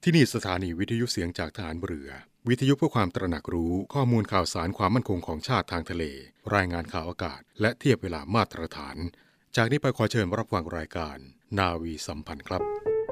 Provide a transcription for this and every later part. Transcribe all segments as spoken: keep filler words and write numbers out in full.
ที่นี่สถานีวิทยุเสียงจากทหารเรือวิทยุเพื่อความตระหนักรู้ข้อมูลข่าวสารความมั่นคงของชาติทางทะเลรายงานข่าวอากาศและเทียบเวลามาตรฐานจากนี้ไปขอเชิญรับฟังรายการนาวีสัมพันธ์ครับ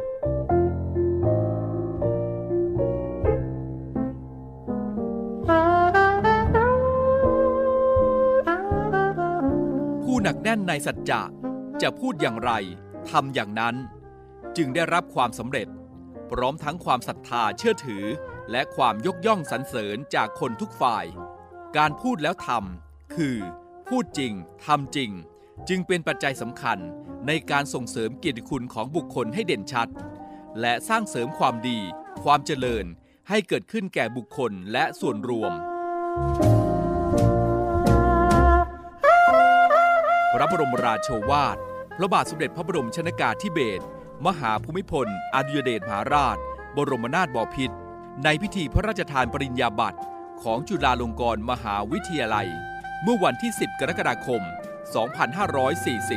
ผู้หนักแน่นในสัจจะจะพูดอย่างไรทำอย่างนั้นจึงได้รับความสำเร็จพร้อมทั้งความศรัทธาเชื่อถือและความยกย่องสรรเสริญจากคนทุกฝ่ายการพูดแล้วทำคือพูดจริงทำจริงจึงเป็นปัจจัยสำคัญในการส่งเสริมเกียรติคุณของบุคคลให้เด่นชัดและสร้างเสริมความดีความเจริญให้เกิดขึ้นแก่บุคคลและส่วนรวมพระบรมราโชวาทพระบาทสมเด็จพระบรมชนกาธิเบศรมหาภูมิพลอดุลยเดชมหาราชบรมนาถบพิตรในพิธีพระราชทานปริญญาบัตรของจุฬาลงกรณ์มหาวิทยาลัยเมื่อวันที่สิบกรกฎาคมสองพันห้าร้อยสี่สิบ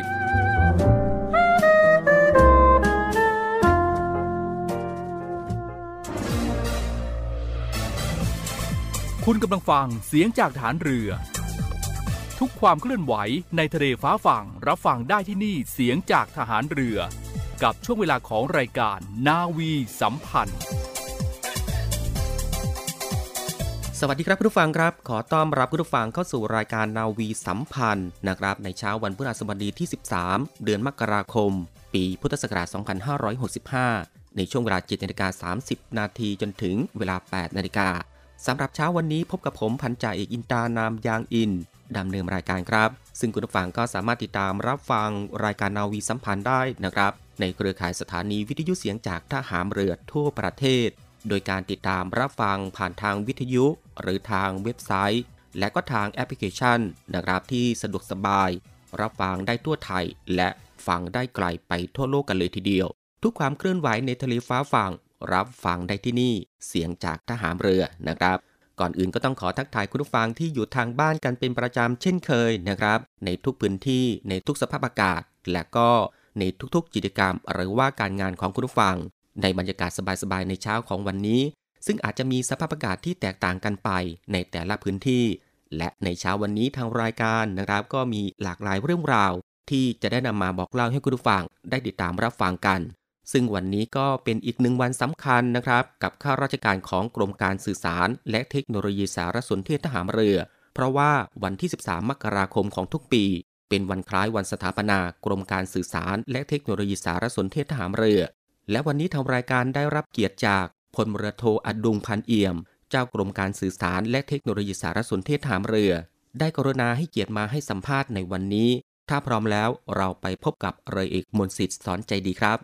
คุณกำลังฟังเสียงจากฐานเรือทุกความเคลื่อนไหวในทะเลฟ้าฝั่งรับฟังได้ที่นี่เสียงจากทหารเรือกับช่วงเวลาของรายการนาวีสัมพันธ์สวัสดีครับผู้ฟังครับขอต้อนรับผู้ฟังเข้าสู่รายการนาวีสัมพันธ์นะครับในเช้าวันพฤหัสบดีที่สิบสามเดือนมกราคมปีพุทธศักราชสองพันห้าร้อยหกสิบห้าในช่วงเวลา เจ็ดนาฬิกาสามสิบนาทีจนถึงเวลา แปดนาฬิกาสำหรับเช้าวันนี้พบกับผมพันจ่าเอกอินตานามยางอินดำเนินรายการครับซึ่งคุณผู้ฟังก็สามารถติดตามรับฟังรายการนาวีสัมพันธ์ได้นะครับในเครือข่ายสถานีวิทยุเสียงจากทหารเรือทั่วประเทศโดยการติดตามรับฟังผ่านทางวิทยุหรือทางเว็บไซต์และก็ทางแอปพลิเคชันนะครับที่สะดวกสบายรับฟังได้ทั่วไทยและฟังได้ไกลไปทั่วโลกกันเลยทีเดียวทุกความเคลื่อนไหวในทะเลฟ้าฝั่งรับฟังได้ที่นี่เสียงจากทหารเรือนะครับก่อนอื่นก็ต้องขอทักทายคุณผู้ฟังที่อยู่ทางบ้านกันเป็นประจำเช่นเคยนะครับในทุกพื้นที่ในทุกสภาพอากาศและก็ในทุกๆกิจกรรมหรือว่าการงานของคุณผู้ฟังในบรรยากาศสบายๆในเช้าของวันนี้ซึ่งอาจจะมีสภาพอากาศที่แตกต่างกันไปในแต่ละพื้นที่และในเช้าวันนี้ทางรายการนะครับก็มีหลากหลายเรื่องราวที่จะได้นำมาบอกเล่าให้คุณผู้ฟังได้ติดตามรับฟังกันซึ่งวันนี้ก็เป็นอีกหนึ่งวันสำคัญนะครับกับข้าราชการของกรมการสื่อสารและเทคโนโลยีสารสนเทศทหารเรือเพราะว่าวันที่สิบสามมกราคมของทุกปีเป็นวันคล้ายวันสถาปนากรมการสื่อสารและเทคโนโลยีสารสนเทศทหารเรือและวันนี้ทางรายการได้รับเกียรติจากพลเรือโทอดุงพันเอี่ยมเจ้ากรมการสื่อสารและเทคโนโลยีสารสนเทศทหารเรือได้กรุณาให้เกียรติมาให้สัมภาษณ์ในวันนี้ถ้าพร้อมแล้วเราไปพบกับเรือเอกมนต์สิทธิ์สอนใจดีครับ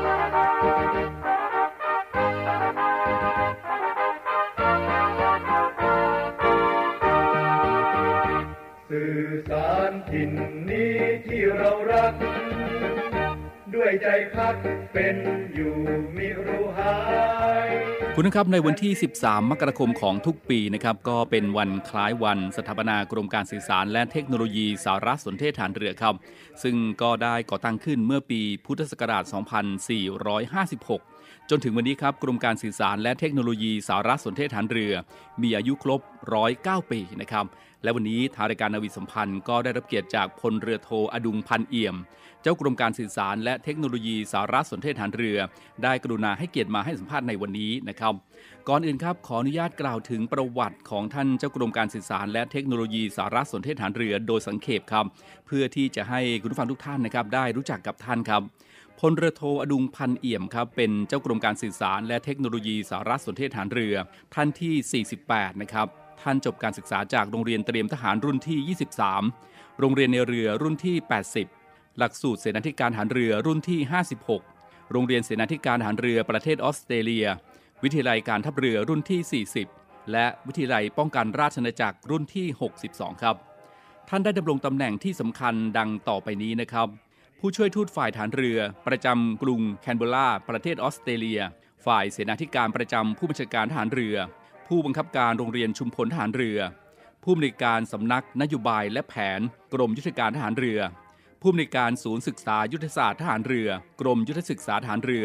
สื่อสารถิ่นนี้ที่เรารักด้วยใจพักเป็นอยู่มิรู้หายคุณนะครับในวันที่สิบสามมกราคมของทุกปีนะครับก็เป็นวันคล้ายวันสถาปนากรมการสื่อสารและเทคโนโลยีสารสนเทศทหารเรือครับซึ่งก็ได้ก่อตั้งขึ้นเมื่อปีพุทธศักราชสองพันสี่ร้อยห้าสิบหกจนถึงวันนี้ครับกรมการสื่อสารและเทคโนโลยีสารสนเทศทหารเรือมีอายุครบหนึ่งร้อยเก้าปีนะครับและวันนี้ทางรายการนาวีสัมพันธ์ก็ได้รับเกียรติจากพลเรือโทอดุงพันเอี่ยมเจ้ากรมการสื่อสารและเทคโนโลยีสารสนเทศทหารเรือได้กรุณาให้เกียรติมาให้สัมภาษณ์ในวันนี้นะครับก่อนอื่นครับขออนุญาตกล่าวถึงประวัติของท่านเจ้ากรมการสื่อสารและเทคโนโลยีสารสนเทศทหารเรือโดยสังเขปครับเพื่อที่จะให้คุณผู้ฟังทุกท่านนะครับได้รู้จักกับท่านครับพลเรือโทอดุงพันเอี่ยมครับเป็นเจ้ากรมการสื่อสารและเทคโนโลยีสารสนเทศทหารเรือท่านที่สี่สิบแปดนะครับท่านจบการศึกษาจากโรงเรียนเตรียมทหารรุ่นที่ยี่สิบสามโรงเรียนในเรือรุ่นที่แปดสิบหลักสูตรเสนาธิการทหารเรือรุ่นที่ห้าสิบหกโรงเรียนเสนาธิการทหารเรือประเทศออสเตรเลียวิทยาลัยการทัพเรือรุ่นที่สี่สิบและวิทยาลัยป้องกันราชอาณาจักรรุ่นที่หกสิบสองครับท่านได้ดำรงตำแหน่งที่สำคัญดังต่อไปนี้นะครับผู้ช่วยทูตฝ่ายทหารเรือประจำกรุงแคนเบอร์ราประเทศออสเตรเลียฝ่ายเสนาธิการประจำผู้บัญชาการทหารเรือผู้บังคับการโรงเรียนชุมพลทหารเรือผู้อำนวยการสำนักนโยบายและแผนกรมยุทธการทหารเรือผู้อำนวยการศูนย์ศึกษายุทธศาสตร์ทหารเรือกรมยุทธศึกษาทหารเรือ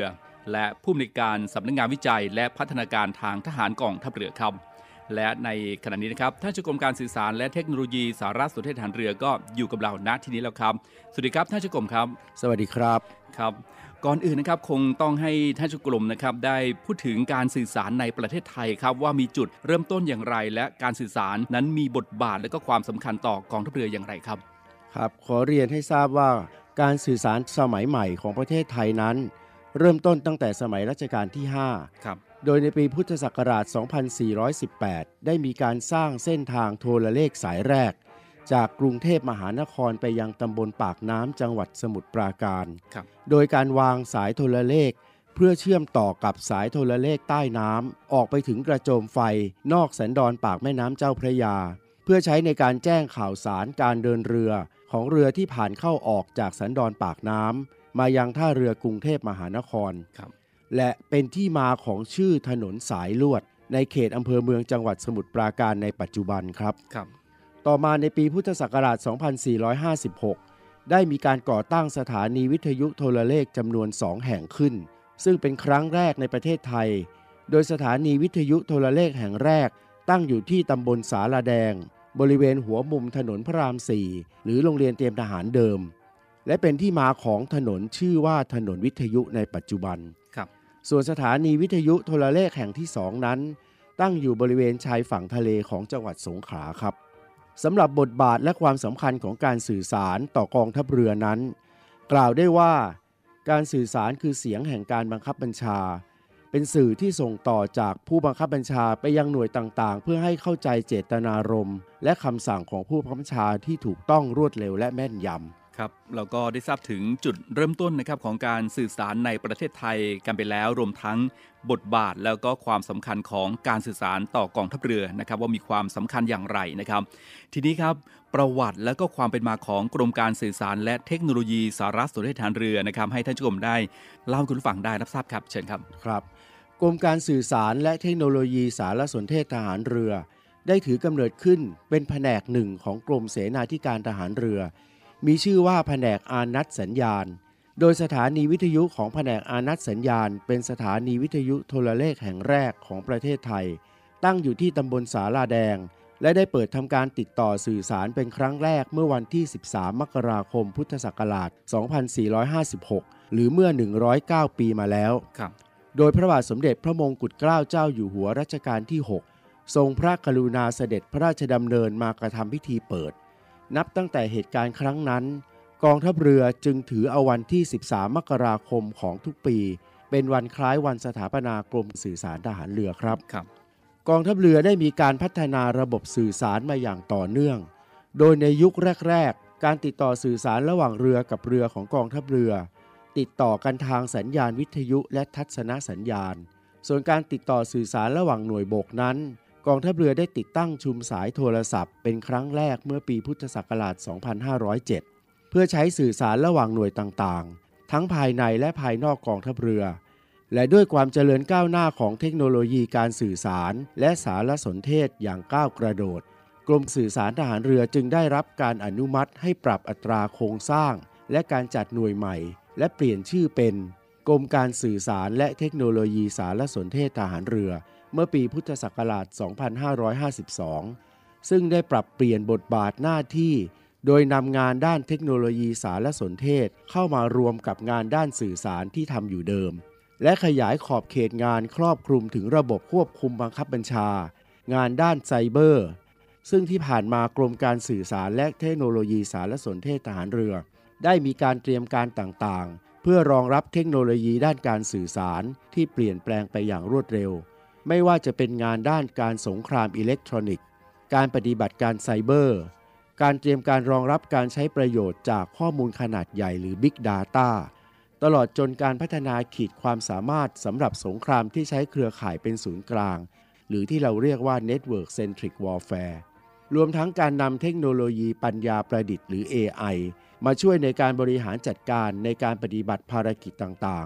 และผู้อำนวยการสำนักงานวิจัยและพัฒนาการทางทหารกองทัพเรือครับและในขณะนี้นะครับท่านเจ้ากรมการสื่อสารและเทคโนโลยีสารสนเทศทหารเรือก็อยู่กับเราณที่นี้แล้วครับสวัสดีครับท่านเจ้ากรมครับสวัสดีครับครับก่อนอื่นนะครับคงต้องให้ท่านเจ้ากรมนะครับได้พูดถึงการสื่อสารในประเทศไทยครับว่ามีจุดเริ่มต้นอย่างไรและการสื่อสารนั้นมีบทบาทและก็ความสำคัญต่อกองทัพเรืออย่างไรครับครับขอเรียนให้ทราบว่าการสื่อสารสมัยใหม่ของประเทศไทยนั้นเริ่มต้นตั้งแต่สมัยรัชกาลที่ห้าครับโดยในปีพุทธศักราช สองพันสี่ร้อยสิบแปด ได้มีการสร้างเส้นทางโทรเลขสายแรกจากกรุงเทพมหานครไปยังตำบลปากน้ำจังหวัดสมุทรปราการโดยการวางสายโทรเลขเพื่อเชื่อมต่อกับสายโทรเลขใต้น้ำออกไปถึงกระโจมไฟนอกสันดอนปากแม่น้ำเจ้าพระยาเพื่อใช้ในการแจ้งข่าวสารการเดินเรือของเรือที่ผ่านเข้าออกจากสันดอนปากน้ำมายังท่าเรือกรุงเทพมหานครและเป็นที่มาของชื่อถนนสายลวดในเขตอำเภอเมืองจังหวัดสมุทรปราการในปัจจุบันครับต่อมาในปีพุทธศักราช สองพันสี่ร้อยห้าสิบหก ได้มีการก่อตั้งสถานีวิทยุโทรเลขจำนวนสองแห่งขึ้นซึ่งเป็นครั้งแรกในประเทศไทยโดยสถานีวิทยุโทรเลขแห่งแรกตั้งอยู่ที่ตำบลสาลาแดงบริเวณหัวมุมถนนพระรามสี่หรือโรงเรียนเตรียมทหารเดิมและเป็นที่มาของถนนชื่อว่าถนนวิทยุในปัจจุบันครับส่วนสถานีวิทยุโทรเลขแห่งที่สองนั้นตั้งอยู่บริเวณชายฝั่งทะเลของจังหวัดสงขลาครับสำหรับบทบาทและความสำคัญของการสื่อสารต่อกองทัพเรือนั้นกล่าวได้ว่าการสื่อสารคือเสียงแห่งการบังคับบัญชาเป็นสื่อที่ส่งต่อจากผู้บังคับบัญชาไปยังหน่วยต่างๆเพื่อให้เข้าใจเจตนารมณ์และคำสั่งของผู้บังคับบัญชาที่ถูกต้องรวดเร็วและแม่นยำครับเราก็ได้ทราบถึงจุดเริ่มต้นนะครับของการสื่อสารในประเทศไทยกันไปแล้วรวมทั้งบทบาทแล้วก็ความสำคัญของการสื่อสารต่อกองทัพเรือนะครับว่ามีความสำคัญอย่างไรนะครับทีนี้ครับประวัติและก็ความเป็นมาของกรมการสื่อสารและเทคโนโลยีสารสนเทศทหารเรือนะครับให้ท่านผู้ชมได้เล่าให้คุณผู้ฟังได้รับทราบครับเชิญครับครับกรมการสื่อสารและเทคโนโลยีสารสนเทศทหารเรือได้ถือกำเนิดขึ้นเป็นแผนกหนึ่งของกรมเสนาธิการทหารเรือมีชื่อว่าแผนกอานัตสัญญาณโดยสถานีวิทยุของแผนกอานัตสัญญาณเป็นสถานีวิทยุโทรเลขแห่งแรกของประเทศไทยตั้งอยู่ที่ตำบลสาลาแดงและได้เปิดทำการติดต่อสื่อสารเป็นครั้งแรกเมื่อวันที่สิบสามมกราคมพุทธศักราช สองพันสี่ร้อยห้าสิบหก หรือเมื่อหนึ่งร้อยเก้าปีมาแล้วโดยพระบาทสมเด็จพระมงกุฎเกล้าเจ้าอยู่หัวรัชกาลที่หกทรงพระกรุณาเสด็จพระราชดำเนินมากระทำพิธีเปิดนับตั้งแต่เหตุการณ์ครั้งนั้นกองทัพเรือจึงถือเอาวันที่สิบสามมกราคมของทุกปีเป็นวันคล้ายวันสถาปนากรมสื่อสารทหารเรือครับครับกองทัพเรือได้มีการพัฒนาระบบสื่อสารมาอย่างต่อเนื่องโดยในยุคแรกๆการติดต่อสื่อสารระหว่างเรือกับเรือของกองทัพเรือติดต่อกันทางสัญญาณวิทยุและทัศนสัญญาณส่วนการติดต่อสื่อสารระหว่างหน่วยบกนั้นกองทัพเรือได้ติดตั้งชุมสายโทรศัพท์เป็นครั้งแรกเมื่อปีพุทธศักราช สองพันห้าร้อยเจ็ด เพื่อใช้สื่อสารระหว่างหน่วยต่างๆทั้งภายในและภายนอกกองทัพเรือและด้วยความเจริญก้าวหน้าของเทคโนโลยีการสื่อสารและสารสนเทศอย่างก้าวกระโดดกรมสื่อสารทหารเรือจึงได้รับการอนุมัติให้ปรับอัตราโครงสร้างและการจัดหน่วยใหม่และเปลี่ยนชื่อเป็นกรมการสื่อสารและเทคโนโลยีสารสนเทศทหารเรือเมื่อปีพุทธศักราช สองพันห้าร้อยห้าสิบสอง ซึ่งได้ปรับเปลี่ยนบทบาทหน้าที่โดยนำงานด้านเทคโนโลยีสารสนเทศเข้ามารวมกับงานด้านสื่อสารที่ทำอยู่เดิมและขยายขอบเขตงานครอบคลุมถึงระบบควบคุมบังคับบัญชางานด้านไซเบอร์ซึ่งที่ผ่านมากรมการสื่อสารและเทคโนโลยีสารสนเทศทหารเรือได้มีการเตรียมการต่างๆเพื่อรองรับเทคโนโลยีด้านการสื่อสารที่เปลี่ยนแปลงไปอย่างรวดเร็วไม่ว่าจะเป็นงานด้านการสงครามอิเล็กทรอนิกส์การปฏิบัติการไซเบอร์การเตรียมการรองรับการใช้ประโยชน์จากข้อมูลขนาดใหญ่หรือ Big Data ตลอดจนการพัฒนาขีดความสามารถสำหรับสงครามที่ใช้เครือข่ายเป็นศูนย์กลางหรือที่เราเรียกว่า Network Centric Warfare รวมทั้งการนำเทคโนโลยีปัญญาประดิษฐ์หรือ เอ ไอ มาช่วยในการบริหารจัดการในการปฏิบัติภารกิจต่างๆ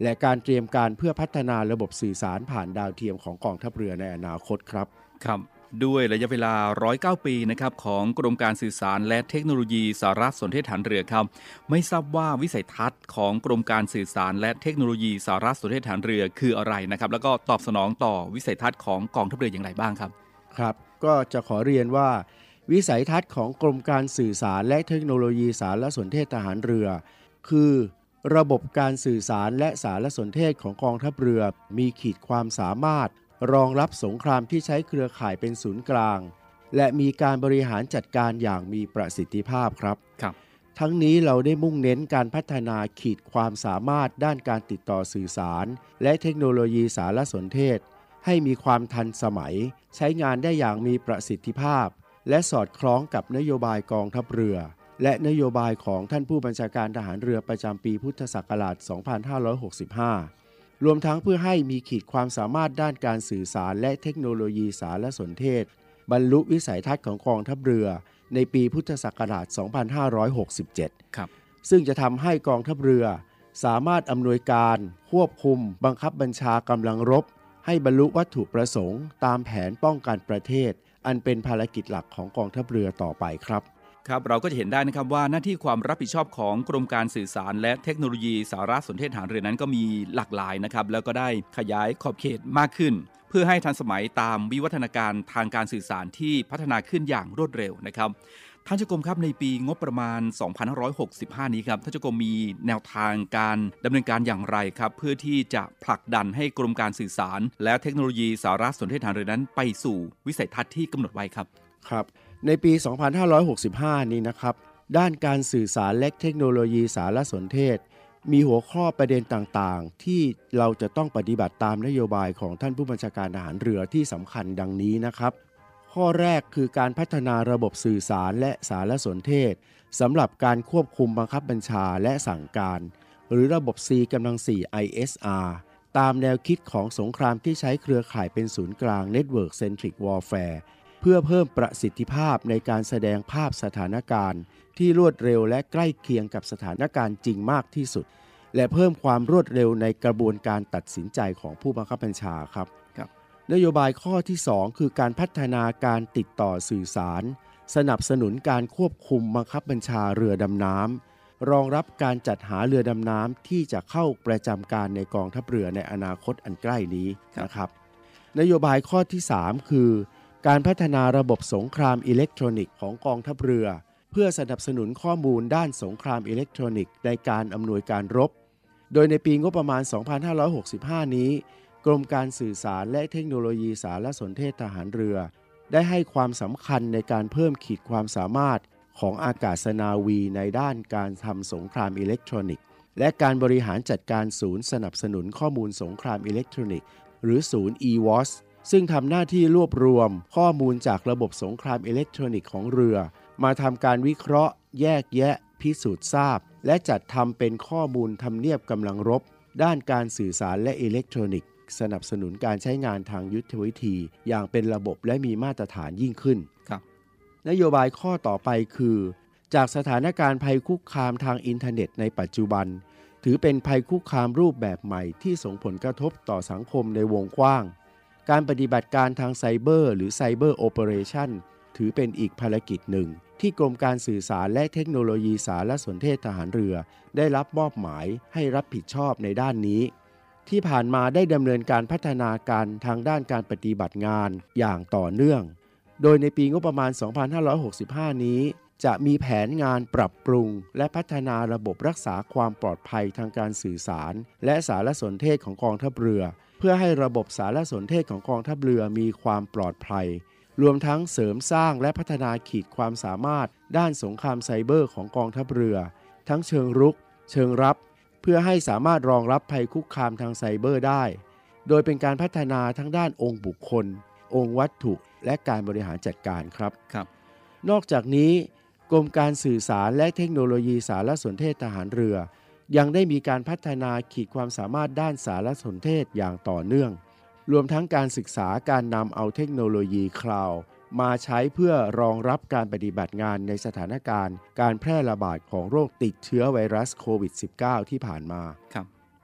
และการเตรียมการเพื่อพัฒนาระบบสื่อสารผ่านดาวเทียมของกองทัพเรือในอนาคตครับครับด้วยระยะเวลาหนึ่งร้อยเก้าปีนะครับของกรมการสื่อสารและเทคโนโลยีสารสนเทศฐานเรือครับไม่ทราบว่าวิสัยทัศน์ของกรมการสื่อสารและเทคโนโลยีสารสนเทศฐานเรือคืออะไรนะครับแล้วก็ตอบสนองต่อวิสัยทัศน์ของกองทัพเรืออย่างไรบ้างครับครับก็จะขอเรียนว่าวิสัยทัศน์ของกรมการสื่อสารและเทคโนโลยีสารสนเทศทหารเรือคือระบบการสื่อสารและสารสนเทศของกองทัพเรือมีขีดความสามารถรองรับสงครามที่ใช้เครือข่ายเป็นศูนย์กลางและมีการบริหารจัดการอย่างมีประสิทธิภาพครับครับทั้งนี้เราได้มุ่งเน้นการพัฒนาขีดความสามารถด้านการติดต่อสื่อสารและเทคโนโลยีสารสนเทศให้มีความทันสมัยใช้งานได้อย่างมีประสิทธิภาพและสอดคล้องกับนโยบายกองทัพเรือและนโยบายของท่านผู้บัญชาการทหารเรือประจำปีพุทธศักราช สองพันห้าร้อยหกสิบห้า รวมทั้งเพื่อให้มีขีดความสามารถด้านการสื่อสารและเทคโนโลยีสารสนเทศบรรลุวิสัยทัศน์ของกองทัพเรือในปีพุทธศักราช สองพันห้าร้อยหกสิบเจ็ดครับซึ่งจะทำให้กองทัพเรือสามารถอำนวยการควบคุมบังคับบัญชากำลังรบให้บรรลุวัตถุประสงค์ตามแผนป้องกันประเทศอันเป็นภารกิจหลักของกองทัพเรือต่อไปครับครับเราก็จะเห็นได้นะครับว่าหน้าที่ความรับผิดชอบของกรมการสื่อสารและเทคโนโลยีสารสนเทศทหารเรือนั้นก็มีหลากหลายนะครับแล้วก็ได้ขยายขอบเขตมากขึ้นเพื่อให้ทันสมัยตามวิวัฒนาการทางการสื่อสารที่พัฒนาขึ้นอย่างรวดเร็วนะครับท่านเจ้ากรมครับในปีงบประมาณ สองพันห้าร้อยหกสิบห้า นี้ครับท่านเจ้ากรมมีแนวทางการดำเนินการอย่างไรครับเพื่อที่จะผลักดันให้กรมการสื่อสารและเทคโนโลยีสารสนเทศทหารเรือนั้นไปสู่วิสัยทัศน์ที่กำหนดไว้ครับครับในปี สองพันห้าร้อยหกสิบห้า นี้นะครับด้านการสื่อสารและเทคโนโลยีสารสนเทศมีหัวข้อประเด็นต่างๆที่เราจะต้องปฏิบัติตามนโยบายของท่านผู้บัญชาการทหารเรือที่สำคัญดังนี้นะครับข้อแรกคือการพัฒนาระบบสื่อสารและสารสนเทศสำหรับการควบคุมบังคับบัญชาและสั่งการหรือระบบ C กำลัง สี่ ไอ เอส อาร์ ตามแนวคิดของสงครามที่ใช้เครือข่ายเป็นศูนย์กลาง Network Centric Warfare เพื่อเพิ่มประสิทธิภาพในการแสดงภาพสถานการณ์ที่รวดเร็วและใกล้เคียงกับสถานการณ์จริงมากที่สุดและเพิ่มความรวดเร็วในกระบวนการตัดสินใจของผู้บังคับบัญชาครับนโยบายข้อที่สองคือการพัฒนาการติดต่อสื่อสารสนับสนุนการควบคุมบังคับบัญชาเรือดำน้ำรองรับการจัดหาเรือดำน้ำที่จะเข้าประจำการในกองทัพเรือในอนาคตอันใกล้นี้นะครับนโยบายข้อที่สามคือการพัฒนาระบบสงครามอิเล็กทรอนิกส์ของกองทัพเรือเพื่อสนับสนุนข้อมูลด้านสงครามอิเล็กทรอนิกส์ในการอำนวยการรบโดยในปีงบประมาณ สองพันห้าร้อยหกสิบห้า นี้กรมการสื่อสารและเทคโนโลยีสารสนเทศทหารเรือได้ให้ความสำคัญในการเพิ่มขีดความสามารถของอากาศนาวีในด้านการทำสงครามอิเล็กทรอนิกส์และการบริหารจัดการศูนย์สนับสนุนข้อมูลสงครามอิเล็กทรอนิกส์หรือศูนย์ อี วอ เอส ซึ่งทำหน้าที่รวบรวมข้อมูลจากระบบสงครามอิเล็กทรอนิกส์ของเรือมาทำการวิเคราะห์แยกแยะพิสูจน์ทราบและจัดทำเป็นข้อมูลทำเนียบกำลังรบด้านการสื่อสารและอิเล็กทรอนิกส์สนับสนุนการใช้งานทางยุทธวิธีอย่างเป็นระบบและมีมาตรฐานยิ่งขึ้นครับนโยบายข้อต่อไปคือจากสถานการณ์ภัยคุกคามทางอินเทอร์เน็ตในปัจจุบันถือเป็นภัยคุกคามรูปแบบใหม่ที่ส่งผลกระทบต่อสังคมในวงกว้างการปฏิบัติการทางไซเบอร์หรือไซเบอร์โอเปอเรชั่นถือเป็นอีกภารกิจหนึ่งที่กรมการสื่อสารและเทคโนโลยีสารสนเทศทหารเรือได้รับมอบหมายให้รับผิดชอบในด้านนี้ที่ผ่านมาได้ดำเนินการพัฒนาการทางด้านการปฏิบัติงานอย่างต่อเนื่องโดยในปีงบประมาณ สองพันห้าร้อยหกสิบห้า นี้จะมีแผนงานปรับปรุงและพัฒนาระบบรักษาความปลอดภัยทางการสื่อสารและสารสนเทศของกองทัพเรือเพื่อให้ระบบสารสนเทศของกองทัพเรือมีความปลอดภัยรวมทั้งเสริมสร้างและพัฒนาขีดความสามารถด้านสงครามไซเบอร์ของกองทัพเรือทั้งเชิงรุกเชิงรับเพื่อให้สามารถรองรับภัยคุกคามทางไซเบอร์ได้โดยเป็นการพัฒนาทั้งด้านองค์บุคคลองค์วัตถุและการบริหารจัดการครับครับนอกจากนี้กรมการสื่อสารและเทคโนโลยีสารสนเทศทหารเรือยังได้มีการพัฒนาขีดความสามารถด้านสารสนเทศอย่างต่อเนื่องรวมทั้งการศึกษาการนำเอาเทคโนโลยีคลาวด์มาใช้เพื่อรองรับการปฏิบัติงานในสถานการณ์การแพร่ระบาดของโรคติดเชื้อไวรัสโควิด สิบเก้า ที่ผ่านมาครับ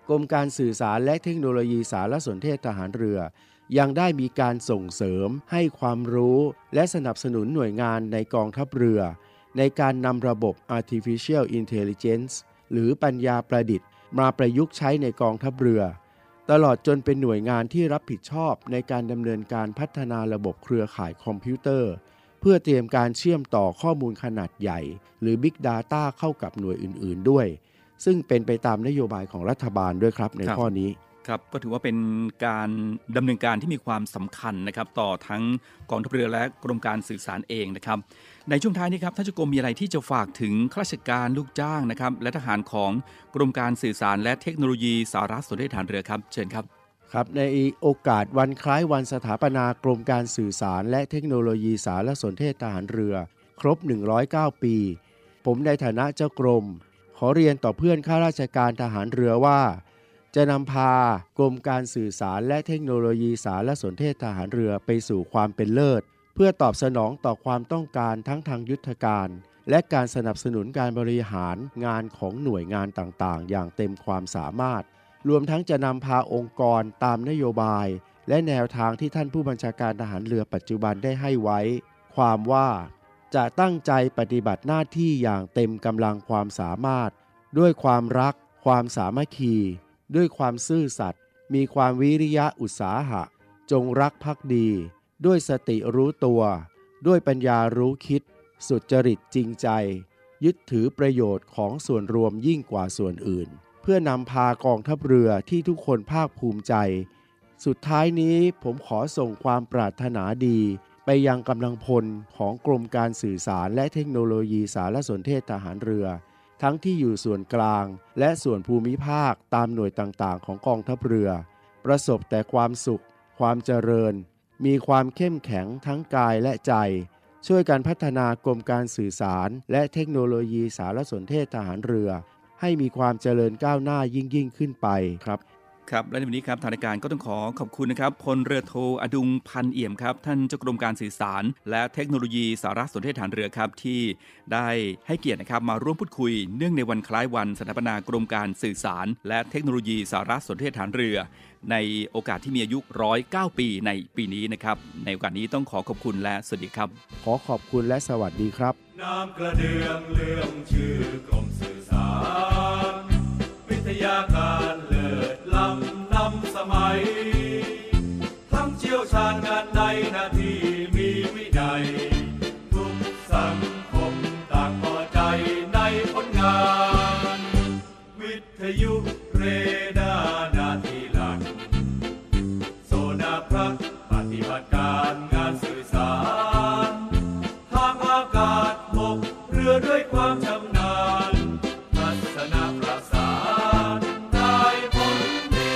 กรมการสื่อสารและเทคโนโลยีสารสนเทศทหารเรือยังได้มีการส่งเสริมให้ความรู้และสนับสนุนหน่วยงานในกองทัพเรือในการนำระบบ Artificial Intelligence หรือปัญญาประดิษฐ์มาประยุกต์ใช้ในกองทัพเรือตลอดจนเป็นหน่วยงานที่รับผิดชอบในการดำเนินการพัฒนาระบบเครือข่ายคอมพิวเตอร์เพื่อเตรียมการเชื่อมต่อข้อมูลขนาดใหญ่หรือ Big Data เข้ากับหน่วยอื่นๆด้วยซึ่งเป็นไปตามนโยบายของรัฐบาลด้วยครับในข้อนี้ครับก็ถือว่าเป็นการดำเนินการที่มีความสำคัญนะครับต่อทั้งกองทัพเรือและกรมการสื่อสารเองนะครับในช่วงท้ายนี้ครับท่านเจ้ากรมมีอะไรที่จะฝากถึงข้าราชการลูกจ้างนะครับและทหารของกรมการสื่อสารและเทคโนโลยีสารสนเทศทหารเรือครับเชิญครับครับในโอกาสวันคล้ายวันสถาปนากรมการสื่อสารและเทคโนโลยีสารสนเทศทหารเรือครบหนึ่งร้อยเก้าปีผมในฐานะเจ้ากรมขอเรียนต่อเพื่อนข้าราชการทหารเรือว่าจะนำพากรมการสื่อสารและเทคโนโลยีสารสนเทศทหารเรือไปสู่ความเป็นเลิศเพื่อตอบสนองต่อความต้องการทั้งทางยุทธการและการสนับสนุนการบริหารงานของหน่วยงานต่างๆอย่างเต็มความสามารถรวมทั้งจะนำพาองค์กรตามนโยบายและแนวทางที่ท่านผู้บัญชาการทหารเรือปัจจุบันได้ให้ไว้ความว่าจะตั้งใจปฏิบัติหน้าที่อย่างเต็มกำลังความสามารถด้วยความรักความสามัคคีด้วยความซื่อสัตย์มีความวิริยะอุตสาหะจงรักภักดีด้วยสติรู้ตัวด้วยปัญญารู้คิดสุจริตจริงใจยึดถือประโยชน์ของส่วนรวมยิ่งกว่าส่วนอื่นเพื่อนำพากองทัพเรือที่ทุกคนภาคภูมิใจสุดท้ายนี้ผมขอส่งความปรารถนาดีไปยังกำลังพลของกรมการสื่อสารและเทคโนโลยีสารสนเทศทหารเรือทั้งที่อยู่ส่วนกลางและส่วนภูมิภาคตามหน่วยต่างๆของกองทัพเรือประสบแต่ความสุขความเจริญมีความเข้มแข็งทั้งกายและใจช่วยกันพัฒนากรมการสื่อสารและเทคโนโลยีสารสนเทศทหารเรือให้มีความเจริญก้าวหน้ายิ่งยิ่งขึ้นไปครับครับและในวันนี้ครับทางรายการก็ต้องขอขอบคุณนะครับพลเรือโทอดุงพันเอี่ยมครับท่านเจ้ากรมการสื่อสารและเทคโนโลยีสารสนเทศทหารเรือครับที่ได้ให้เกียรตินะครับมาร่วมพูดคุยเนื่องในวันคล้ายวันสถาปนากรมการสื่อสารและเทคโนโลยีสารสนเทศทหารเรือในโอกาสที่มีอายุหนึ่งร้อยเก้าปีในปีนี้นะครับในโอกาสนี้ต้องขอขอบคุณและสวัสดีครับขอขอบคุณและสวัสดีครับน้ำกระเดื่องเลื่อมชื่อกรมสื่อสารวิทยาการเลิศล้ำนำสมัยทั้งเชี่ยวชาญงานใดหน้าที่มีวินัยทุกสังคมต่างพอใจในผลงานวิทยุเรดาร์หน้าที่หลักโซนาพระปฏิบัติการงานสื่อสารทางอากาศบกเรือด้วยความชำนาญทัศนประสานได้ผลดี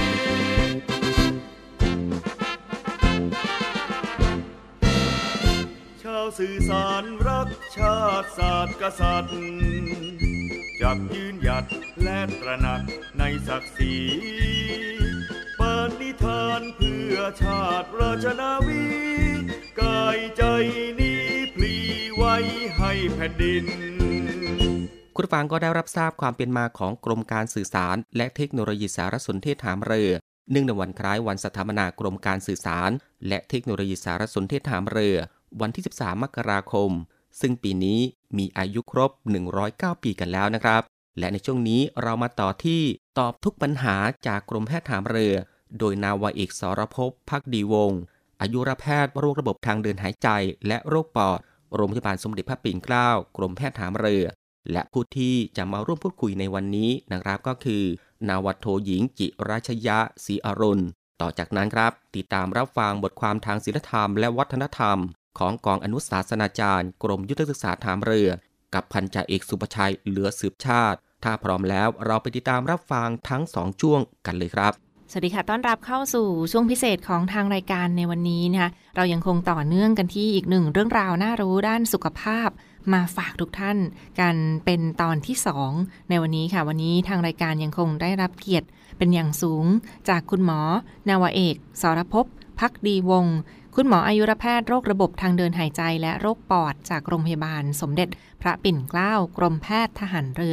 ชาวสื่อสารรักชาติศาสตร์กษัตริย์จับยืนหยัดและตระหนักในศักดิ์ศรีปณิธานเพื่อชาติราชนาวีกายใจนี้พลีไว้ให้แผ่นดินคุณผู้ฟังก็ได้รับทราบความเป็นมาของกรมการสื่อสารและเทคโนโลยีสารสนเทศทหารเรือเนื่องในวันคล้ายวันสถาปนากรมการสื่อสารและเทคโนโลยีสารสนเทศทหารเรือวันที่สิบสามมกราคมซึ่งปีนี้มีอายุครบหนึ่งร้อยเก้าปีกันแล้วนะครับและในช่วงนี้เรามาต่อที่ตอบทุกปัญหาจากกรมแพทย์ทหารเรือโดยนาวาเอกสรภพภักดีวงศ์อายุรแพทย์โรคระบบทางเดินหายใจและโรคปอดโรงพยาบาลสมเด็จพระปิ่นเกล้ากรมแพทย์ทหารเรือและผู้ที่จะมาร่วมพูดคุยในวันนี้นะครับก็คือนาวาโทหญิงจิราชยะศรีอรุณต่อจากนั้นครับติดตามรับฟังบทความทางศีลธรรมและวัฒนธรรมของกองอนุศาสนาจารย์กรมยุทธศึกษาทหารเรือกับพันจ่าเอกสุภชัยเหลือสืบชาติถ้าพร้อมแล้วเราไปติดตามรับฟังทั้งสองช่วงกันเลยครับสวัสดีค่ะต้อนรับเข้าสู่ช่วงพิเศษของทางรายการในวันนี้นะคะเรายังคงต่อเนื่องกันที่อีกหนึ่งเรื่องราวน่ารู้ด้านสุขภาพมาฝากทุกท่านกันเป็นตอนที่สองในวันนี้ค่ะวันนี้ทางรายการยังคงได้รับเกียรติเป็นอย่างสูงจากคุณหมอนาวาเอกสรภพภักดีวงศ์คุณหมออายุรแพทย์โรคระบบทางเดินหายใจและโรคปอดจากโรงพยาบาลสมเด็จพระปิ่นเกล้ากรมแพทย์ทหารเรือ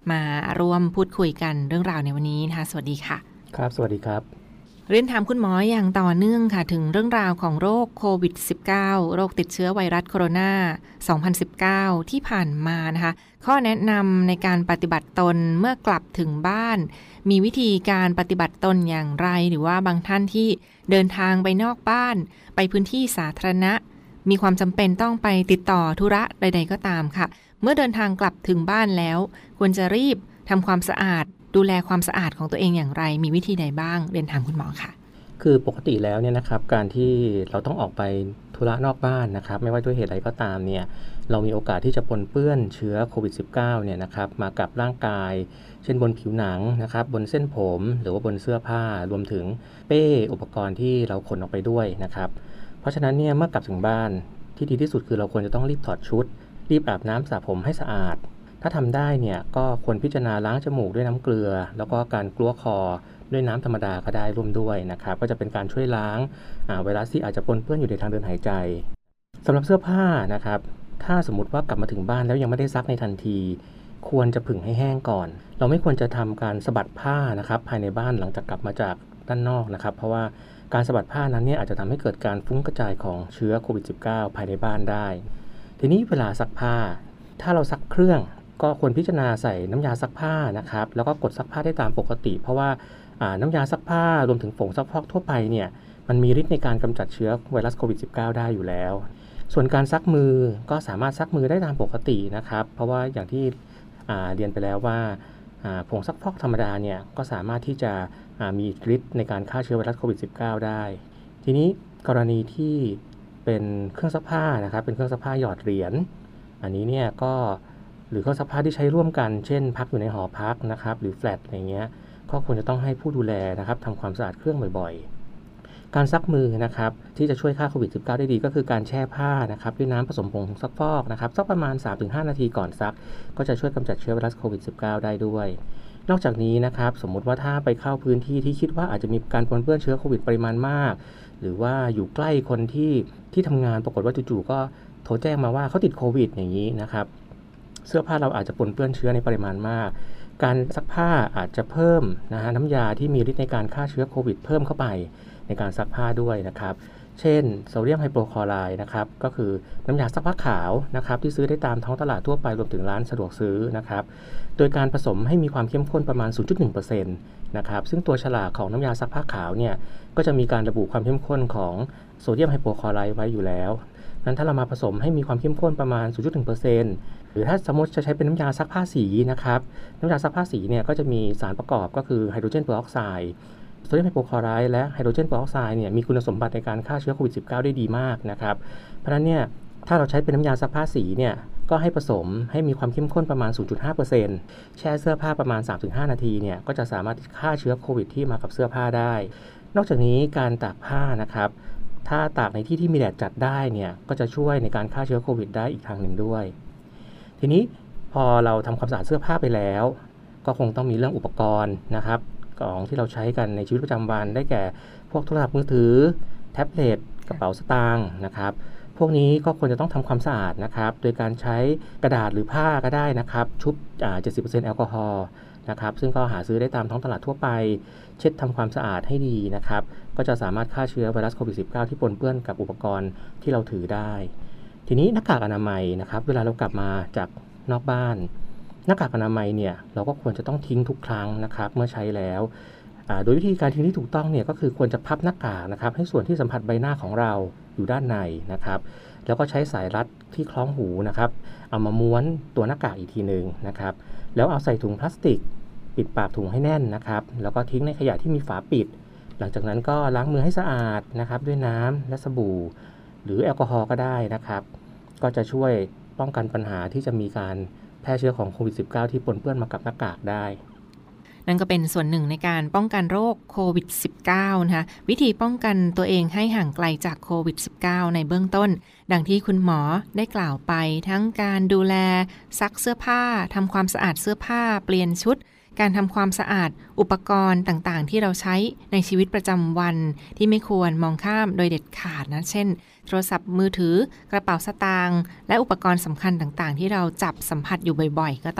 มาร่วมพูดคุยกันเรื่องราวในวันนี้นะคะสวัสดีค่ะครับสวัสดีครับเรียนถามคุณหมออย่างต่อเนื่องค่ะถึงเรื่องราวของโรคโควิด สิบเก้า โรคติดเชื้อไวรัสโคโรนา สองพันสิบเก้า ที่ผ่านมานะคะข้อแนะนำในการปฏิบัติตนเมื่อกลับถึงบ้านมีวิธีการปฏิบัติตนอย่างไรหรือว่าบางท่านที่เดินทางไปนอกบ้านไปพื้นที่สาธารณะมีความจำเป็นต้องไปติดต่อธุระใดๆก็ตามค่ะเมื่อเดินทางกลับถึงบ้านแล้วควรจะรีบทำความสะอาดดูแลความสะอาดของตัวเองอย่างไรมีวิธีใดบ้างเรียนถามคุณหมอค่ะคือปกติแล้วเนี่ยนะครับการที่เราต้องออกไปธุระนอกบ้านนะครับไม่ว่าด้วยเหตุใดก็ตามเนี่ยเรามีโอกาสที่จะปนเปื้อนเชื้อโควิด สิบเก้า เนี่ยนะครับมากับร่างกายเช่นบนผิวหนังนะครับบนเส้นผมหรือว่าบนเสื้อผ้ารวมถึงเป้อุปกรณ์ที่เราขนออกไปด้วยนะครับเพราะฉะนั้นเนี่ยเมื่อกลับถึงบ้านที่ดีที่สุดคือเราควรจะต้องรีบถอดชุดรีบอาบน้ำสระผมให้สะอาดถ้าทำได้เนี่ยก็ควรพิจารณาล้างจมูกด้วยน้ำเกลือแล้วก็การกลั้วคอด้วยน้ำธรรมดาก็ได้ร่วมด้วยนะครับก็จะเป็นการช่วยล้างไวรัสที่อาจจะปนเปื้อนอยู่ในทางเดินหายใจสำหรับเสื้อผ้านะครับถ้าสมมติว่ากลับมาถึงบ้านแล้วยังไม่ได้ซักในทันทีควรจะผึ่งให้แห้งก่อนเราไม่ควรจะทำการสะบัดผ้านะครับภายในบ้านหลังจากกลับมาจากด้านนอกนะครับเพราะว่าการสะบัดผ้านั้นเนี่ยอาจจะทำให้เกิดการฟุ้งกระจายของเชื้อโควิด สิบเก้า ภายในบ้านได้ทีนี้เวลาซักผ้าถ้าเราซักเครื่องก็ควรพิจารณาใส่น้ำยาซักผ้านะครับแล้วก็กดซักผ้าได้ตามปกติเพราะว่าน้ำยาซักผ้ารวมถึงผงซักฟอกทั่วไปเนี่ยมันมีฤทธิ์ในการกำจัดเชื้อไวรัสโควิด สิบเก้า ได้อยู่แล้วส่วนการซักมือก็สามารถซักมือได้ตามปกตินะครับเพราะว่าอย่างที่เรียนไปแล้วว่าผงซักฟอกธรรมดาเนี่ยก็สามารถที่จะมีฤทธิ์ในการฆ่าเชื้อไวรัสโควิด สิบเก้า ได้ทีนี้กรณีที่เป็นเครื่องซักผ้านะครับเป็นเครื่องซักผ้าหยอดเหรียญอันนี้เนี่ยก็หรือเครื่องซักผ้าที่ใช้ร่วมกันเช่นพักอยู่ในหอพักนะครับหรือแฟลตอะไรเงี้ยก็ควรจะต้องให้ผู้ดูแลนะครับทำความสะอาดเครื่องบ่อยๆการซักมือนะครับที่จะช่วยฆ่าโควิด สิบเก้า ได้ดีก็คือการแช่ผ้านะครับด้วยน้ำผสมผงซักฟอกนะครับสักประมาณ สามถึงห้า นาทีก่อนซักก็จะช่วยกำจัดเชื้อไวรัสโควิด สิบเก้า ได้ด้วยนอกจากนี้นะครับสมมุติว่าถ้าไปเข้าพื้นที่ที่คิดว่าอาจจะมีการปนเปื้อนเชื้อโควิดปริมาณมากหรือว่าอยู่ใกล้คนที่ที่ทำงานปรากฏว่าจู่ๆก็โทรแจ้งมาว่าเขาติดโควิดอย่างนี้นะครับเสื้อผ้าเราอาจจะปนเปื้อนเชื้อในปริมาณมากการซักผ้าอาจจะเพิ่มนะฮะน้ำยาที่มีฤทธิ์ในการฆ่าเชื้อโควิดเพิ่มเข้าไปในการซักผ้าด้วยนะครับเช่นโซเดียมไฮโปคลอไรด์นะครับก็คือน้ำยาซักผ้าขาวนะครับที่ซื้อได้ตามท้องตลาดทั่วไปรวมถึงร้านสะดวกซื้อนะครับโดยการผสมให้มีความเข้มข้นประมาณ ศูนย์จุดหนึ่งเปอร์เซ็นต์ นะครับซึ่งตัวฉลากของน้ำยาซักผ้าขาวเนี่ยก็จะมีการระบุความเข้มข้นของโซเดียมไฮโปคลอไรด์ไว้อยู่แล้วนั้นถ้าเรามาผสมให้มีความเข้มข้นประมาณ ศูนย์จุดหนึ่งเปอร์เซ็นต์ หรือถ้าสมมติจะใช้เป็นน้ำยาซักผ้าสีนะครับน้ำยาซักผ้าสีเนี่ยก็จะมีสารประกอบก็คือไฮโดรเจนเปอร์ออกไซด์โซเดียมไฮโปคลอไรด์และไฮโดรเจนเปอร์ออกไซด์เนี่ยมีคุณสมบัติในการฆ่าเชื้อโควิด สิบเก้า ได้ดีมากนะครับเพราะฉะนั้นเนี่ยถ้าเราใช้เป็นน้ำยาซักผ้าสีเนี่ยก็ให้ผสมให้มีความเข้มข้นประมาณ ศูนย์จุดห้าเปอร์เซ็นต์ แช่เสื้อผ้าประมาณ สามถึงห้า นาทีเนี่ยก็จะสามารถฆ่าเชื้อโควิดที่มากับเสื้อผ้าได้นอกจากนี้การตากผ้านะครับถ้าตากในที่ที่มีแดดจัดได้เนี่ยก็จะช่วยในการฆ่าเชื้อโควิดได้อีกทางหนึ่งด้วยทีนี้พอเราทำความสะอาดเสื้อผ้าไปแล้วก็คงต้องมีเรื่องอุปกรณ์นะครับของที่เราใช้กันในชีวิตประจำวันได้แก่พวกโทรศัพท์มือถือแท็บเล็ตกระเป๋าสตางค์นะครับพวกนี้ก็ควรจะต้องทำความสะอาดนะครับโดยการใช้กระดาษหรือผ้าก็ได้นะครับชุบ เจ็ดสิบเปอร์เซ็นต์ แอลกอฮอล์นะครับซึ่งก็หาซื้อได้ตามท้องตลาดทั่วไปเช็ดทำความสะอาดให้ดีนะครับก็จะสามารถฆ่าเชื้อไวรัสโควิด สิบเก้า ที่ปนเปื้อนกับอุปกรณ์ที่เราถือได้ทีนี้หน้ากากอนามัยนะครับเวลาเรากลับมาจากนอกบ้านหน้ากากอนามัยเนี่ยเราก็ควรจะต้องทิ้งทุกครั้งนะครับเมื่อใช้แล้วโดยวิธีการทิ้งที่ถูกต้องเนี่ยก็คือควรจะพับหน้ากากนะครับให้ส่วนที่สัมผัสใบหน้าของเราอยู่ด้านในนะครับแล้วก็ใช้สายรัดที่คล้องหูนะครับเอามาม้วนตัวหน้ากากอีกทีนึงนะครับแล้วเอาใส่ถุงพลาสติกปิดปากถุงให้แน่นนะครับแล้วก็ทิ้งในขยะที่มีฝาปิดหลังจากนั้นก็ล้างมือให้สะอาดนะครับด้วยน้ำและสบู่หรือแอลกอฮอล์ก็ได้นะครับก็จะช่วยป้องกันปัญหาที่จะมีการแพร่เชื้อของโควิด สิบเก้า ที่ปนเปื้อนมากับหน้ากากได้นั่นก็เป็นส่วนหนึ่งในการป้องกันโรคโควิด สิบเก้า นะคะวิธีป้องกันตัวเองให้ห่างไกลจากโควิด สิบเก้า ในเบื้องต้นดังที่คุณหมอได้กล่าวไปทั้งการดูแลซักเสื้อผ้าทำความสะอาดเสื้อผ้าเปลี่ยนชุดการทำความสะอาดอุปกรณ์ต่างๆที่เราใช้ในชีวิตประจำวันที่ไม่ควรมองข้ามโดยเด็ดขาดนะเช่นโทรศัพท์มือถือกระเป๋าสตางค์และอุปกรณ์สำคัญต่างๆที่เราจับสัมผัสอยู่บ่อยๆก็ต้อง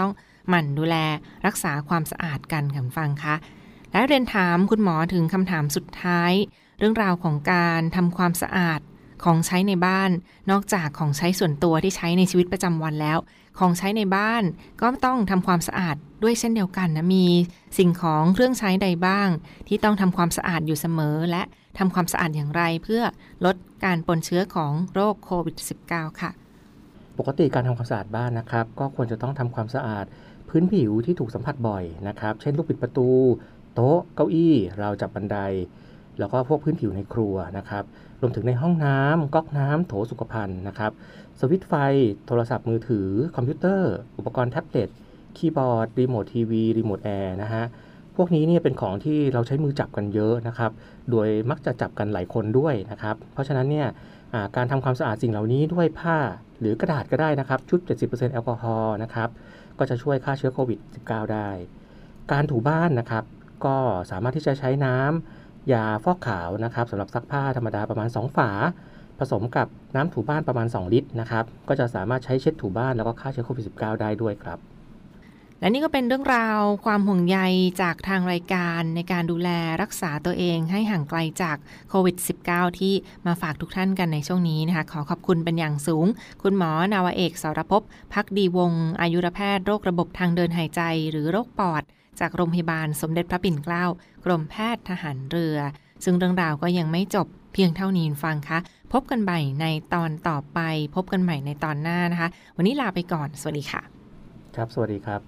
หมั่นดูแลรักษาความสะอาดกันค่ะฟังคะและเรียนถามคุณหมอถึงคำถามสุดท้ายเรื่องราวของการทำความสะอาดของใช้ในบ้านนอกจากของใช้ส่วนตัวที่ใช้ในชีวิตประจำวันแล้วของใช้ในบ้านก็ต้องทำความสะอาดด้วยเช่นเดียวกันนะมีสิ่งของเครื่องใช้ใดบ้างที่ต้องทำความสะอาดอยู่เสมอและทำความสะอาดอย่างไรเพื่อลดการปนเชื้อของโรคโควิด สิบเก้า ค่ะปกติการทำความสะอาดบ้านนะครับก็ควรจะต้องทำความสะอาดพื้นผิวที่ถูกสัมผัสบ่อยนะครับเช่นลูกบิดประตูโต๊ะเก้าอี้ราวจับบันไดแล้วก็พวกพื้นผิวในครัวนะครับรวมถึงในห้องน้ำก๊อกน้ำโถสุขภัณฑ์นะครับสวิตช์ไฟโทรศัพท์มือถือคอมพิวเตอร์อุปกรณ์แท็บเล็ตคีย์บอร์ดรีโมททีวีรีโมทแอร์นะฮะพวกนี้เนี่ยเป็นของที่เราใช้มือจับกันเยอะนะครับโดยมักจะจับกันหลายคนด้วยนะครับเพราะฉะนั้นเนี่ยการทำความสะอาดสิ่งเหล่านี้ด้วยผ้าหรือกระดาษก็ได้นะครับชุด เจ็ดสิบเปอร์เซ็นต์ แอลกอฮอล์นะครับก็จะช่วยฆ่าเชื้อโควิด สิบเก้า ได้การถูบ้านนะครับก็สามารถที่จะใช้น้ำยาฟอกขาวนะครับสำหรับซักผ้าธรรมดาประมาณสองฝาผสมกับน้ำถูบ้านประมาณสองลิตรนะครับก็จะสามารถใช้เช็ดถูบ้านแล้วก็ฆ่าเชื้อโควิด สิบเก้า ได้ด้วยครับและนี่ก็เป็นเรื่องราวความห่วงใยจากทางรายการในการดูแลรักษาตัวเองให้ห่างไกลจากโควิด สิบเก้า ที่มาฝากทุกท่านกันในช่วงนี้นะคะขอขอบคุณเป็นอย่างสูงคุณหมอนาวาเอกสรภพภักดีวงศ์อายุรแพทย์โรคระบบทางเดินหายใจหรือโรคปอดจากโรงพยาบาลสมเด็จพระปิ่นเกล้ากรมแพทย์ทหารเรือซึ่งเรื่องราวก็ยังไม่จบเพียงเท่านี้ฟังคะพบกันใหม่ในตอนต่อไปพบกันใหม่ในตอนหน้านะคะวันนี้ลาไปก่อนสวัสดีค่ะครับสวัสดีครับ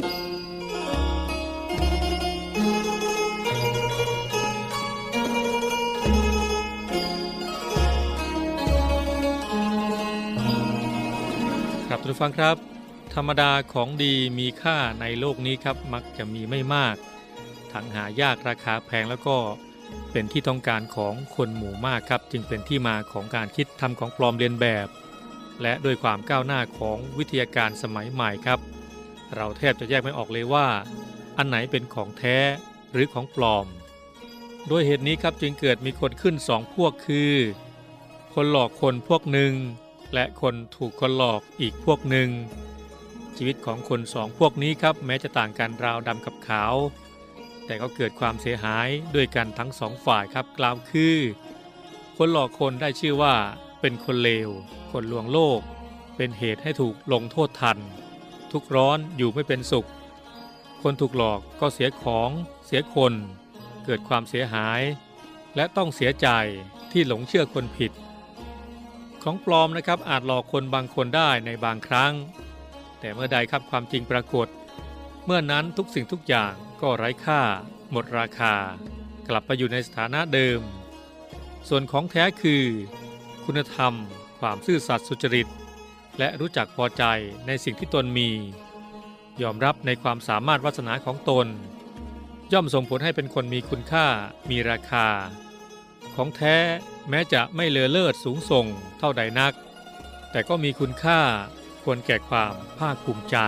ครับทุกฟังครับธรรมดาของดีมีค่าในโลกนี้ครับมักจะมีไม่มากทั้งหายากราคาแพงแล้วก็เป็นที่ต้องการของคนหมู่มากครับจึงเป็นที่มาของการคิดทำของปลอมเลียนแบบและด้วยความก้าวหน้าของวิทยาการสมัยใหม่ครับเราแทบจะแยกไม่ออกเลยว่าอันไหนเป็นของแท้หรือของปลอมด้วยเหตุนี้ครับจึงเกิดมีคนขึ้นสองพวกคือคนหลอกคนพวกหนึ่งและคนถูกคนหลอกอีกพวกหนึ่งชีวิตของคนสองพวกนี้ครับแม้จะต่างกันราวดำกับขาวแต่ก็เกิดความเสียหายด้วยกันทั้งสองฝ่ายครับกล่าวคือคนหลอกคนได้ชื่อว่าเป็นคนเลวคนลวงโลกเป็นเหตุให้ถูกลงโทษทันทุกข์ร้อนอยู่ไม่เป็นสุขคนถูกหลอกก็เสียของเสียคนเกิดความเสียหายและต้องเสียใจที่หลงเชื่อคนผิดของปลอมนะครับอาจหลอกคนบางคนได้ในบางครั้งแต่เมื่อใดครับความจริงปรากฏเมื่อนั้นทุกสิ่งทุกอย่างก็ไร้ค่าหมดราคากลับไปอยู่ในสถานะเดิมส่วนของแท้คือคุณธรรมความซื่อสัตย์สุจริตและรู้จักพอใจในสิ่งที่ตนมียอมรับในความสามารถวาสนาของตนย่อมส่งผลให้เป็นคนมีคุณค่ามีราคาของแท้แม้จะไม่เลอเลิศสูงส่งเท่าใดนักแต่ก็มีคุณค่าควรแก่ความภาคภูมิใจ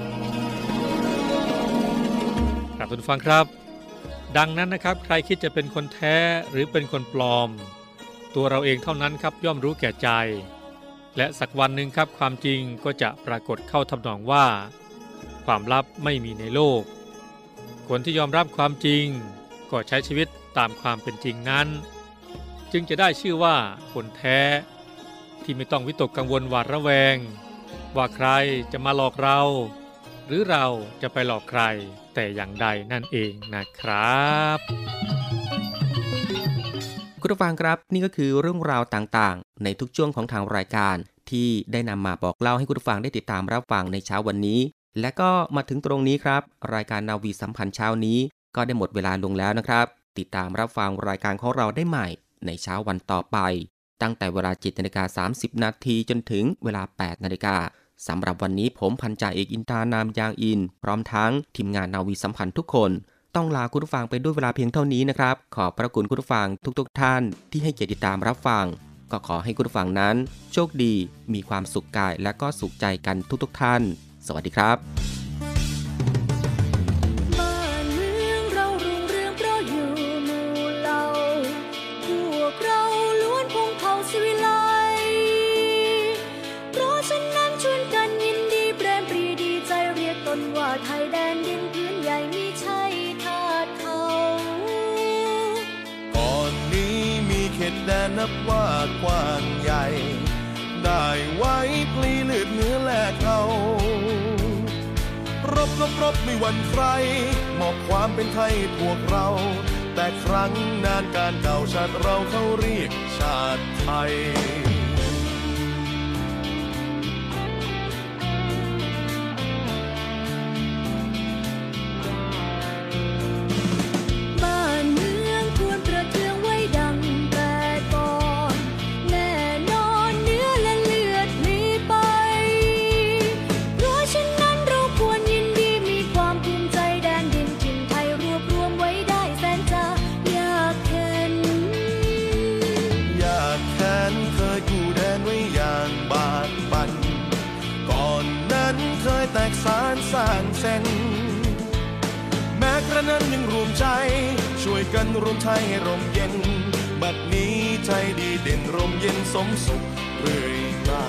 ครับทุกท่านฟังครับดังนั้นนะครับใครคิดจะเป็นคนแท้หรือเป็นคนปลอมตัวเราเองเท่านั้นครับย่อมรู้แก่ใจและสักวันหนึ่งครับความจริงก็จะปรากฏเข้าทำนองว่าความลับไม่มีในโลกคนที่ยอมรับความจริงก็ใช้ชีวิตตามความเป็นจริงนั้นจึงจะได้ชื่อว่าคนแท้ที่ไม่ต้องวิตกกังวลหวาดระแวงว่าใครจะมาหลอกเราหรือเราจะไปหลอกใครแต่อย่างใดนั่นเองนะครับคุณผู้ฟังครับนี่ก็คือเรื่องราวต่างๆในทุกช่วงของทางรายการที่ได้นำมาบอกเล่าให้คุณผู้ฟังได้ติดตามรับฟังในเช้าวันนี้และก็มาถึงตรงนี้ครับรายการนาวีสัมพันธ์เช้านี้ก็ได้หมดเวลาลงแล้วนะครับติดตามรับฟังรายการของเราได้ใหม่ในเช้าวันต่อไปตั้งแต่เวลา เจ็ดนาฬิกาสามสิบนาทีจนถึงเวลา แปดนาฬิกาสำหรับวันนี้ผมพันจ่าเอกอินตานามยางอินพร้อมทั้งทีมงานนาวีสัมพันธ์ทุกคนต้องลาคุณผู้ฟังไปด้วยเวลาเพียงเท่านี้นะครับขอบพระคุณคุณผู้ฟังทุกๆท่านที่ให้เกียรติติดตามรับฟังก็ขอให้คุณผู้ฟังนั้นโชคดีมีความสุขกายและก็สุขใจกันทุกๆท่านสวัสดีครับแดนนับว่ากว้างใหญ่ได้ไว้พลีเลือดเนื้อแลกเอารบรบรบไม่หวั่นใครมอบความเป็นไทยพวกเราแต่ครั้งนานการเก่าชาติเราเขาเรียกชาติไทยบ้านเมืองควรประเทืองไว้ดังแต่ก่อนแน่นอนเนื้อและเลือดมีไปเพราะฉะนั้นเราควรยินดีมีความภูมิใจแดนดินถิ่นไทยรวบรวมไว้ได้แสนจะยากเข็นยากแค้นเคยกู้แดนไว้อย่างบาดบั่นก่อนนั้นเคยแตกสานสร้างเส้นแม้กระนั้นยังรวมใจช่วยกันรวมไทยให้ร่มเย็นบัดนี้ไทยดีเด่นร่มเย็นสมสุขเรื่อยมา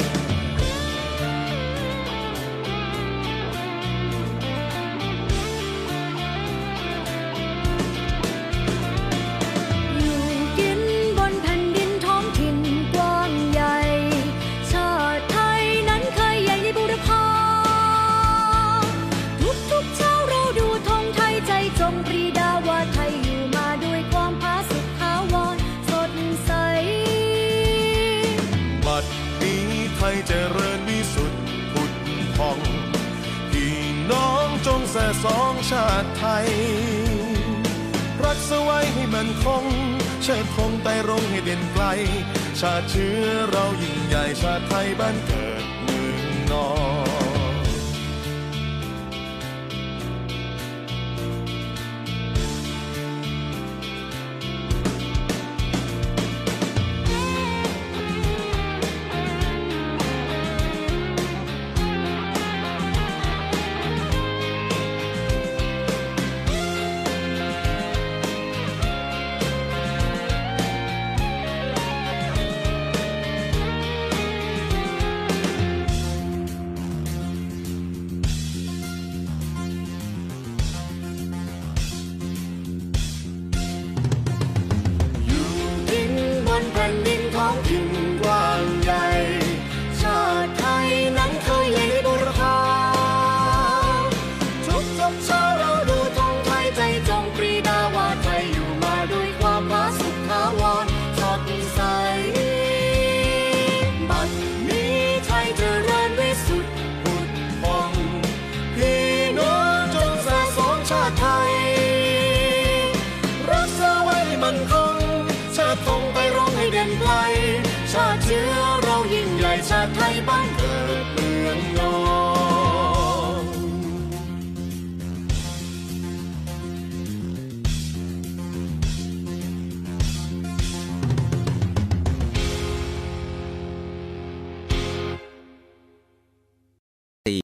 อยู่กินบนแผ่นดินท้องถิ่นกว้างใหญ่ชาติไทยนั้นเคยใหญ่ในบูรพาทุกๆเช้าเราดูธงไทยใจจงปรีดาว่าไทยอยู่มาด้วยความผาสุกขาวรสดใสบัดนี้ไทยเจริญวิสุทธิ์ผุดผ่องพี่น้องจงแส่สองชาติไทยรักษาไว้ให้มันคงเชิดธงไต่รงให้เด่นไกลชาติเชื้อเรายิ่งใหญ่ชาติไทยบ้านเกิดเมืองนอนชาติเชื้อเรายิ่งใหญ่ชาติไทยบ้านเกิดเมืองนอน